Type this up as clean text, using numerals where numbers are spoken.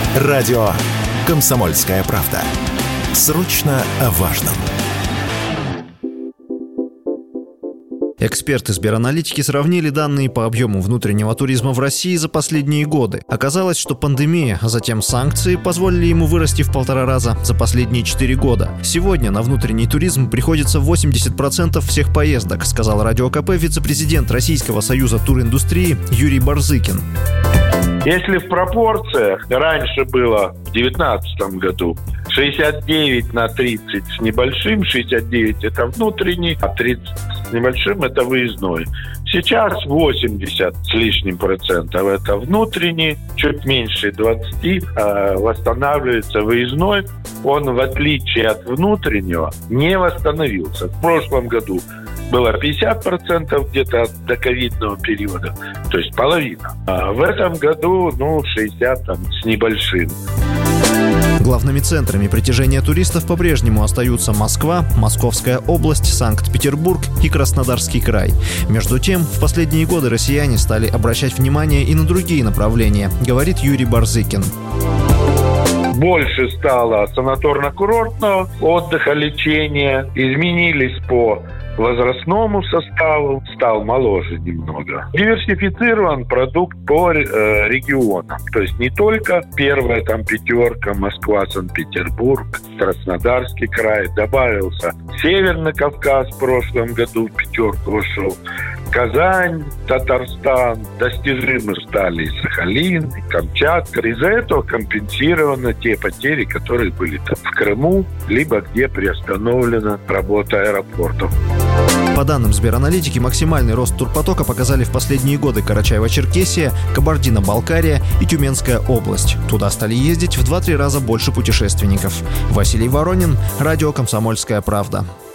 Радио «Комсомольская правда». Срочно о важном. Эксперты Сбераналитики сравнили данные по объему внутреннего туризма в России за последние годы. Оказалось, что пандемия, а затем санкции позволили ему вырасти в 1,5 раза за последние 4 года. Сегодня на внутренний туризм приходится 80% всех поездок, сказал Радио КП вице-президент Российского союза туриндустрии Юрий Барзыкин. Если в пропорциях раньше было в 2019 году 69 на 30 с небольшим, 69 это внутренний, а 30 с небольшим это выездной. Сейчас 80 с лишним процентов это внутренний, чуть меньше 20 восстанавливается выездной. Он, в отличие от внутреннего, не восстановился. В прошлом году было 50% где-то до ковидного периода, то есть половина. А в этом году, 60 с небольшим. Главными центрами притяжения туристов по-прежнему остаются Москва, Московская область, Санкт-Петербург и Краснодарский край. Между тем, в последние годы россияне стали обращать внимание и на другие направления, говорит Юрий Барзыкин. Больше стало санаторно-курортного отдыха, лечения, изменились по возрастному составу, стал моложе немного. Диверсифицирован продукт по регионам. То есть не только первая пятерка Москва, Санкт-Петербург, Краснодарский край. Добавился Северный Кавказ в прошлом году, в пятерку вошел. Казань, Татарстан, достижимы стали и Сахалин, и Камчатка. Из-за этого компенсированы те потери, которые были в Крыму, либо где приостановлена работа аэропортов. По данным Сбераналитики, максимальный рост турпотока показали в последние годы Карачаево-Черкесия, Кабардино-Балкария и Тюменская область. Туда стали ездить в 2-3 раза больше путешественников. Василий Воронин, Радио «Комсомольская правда».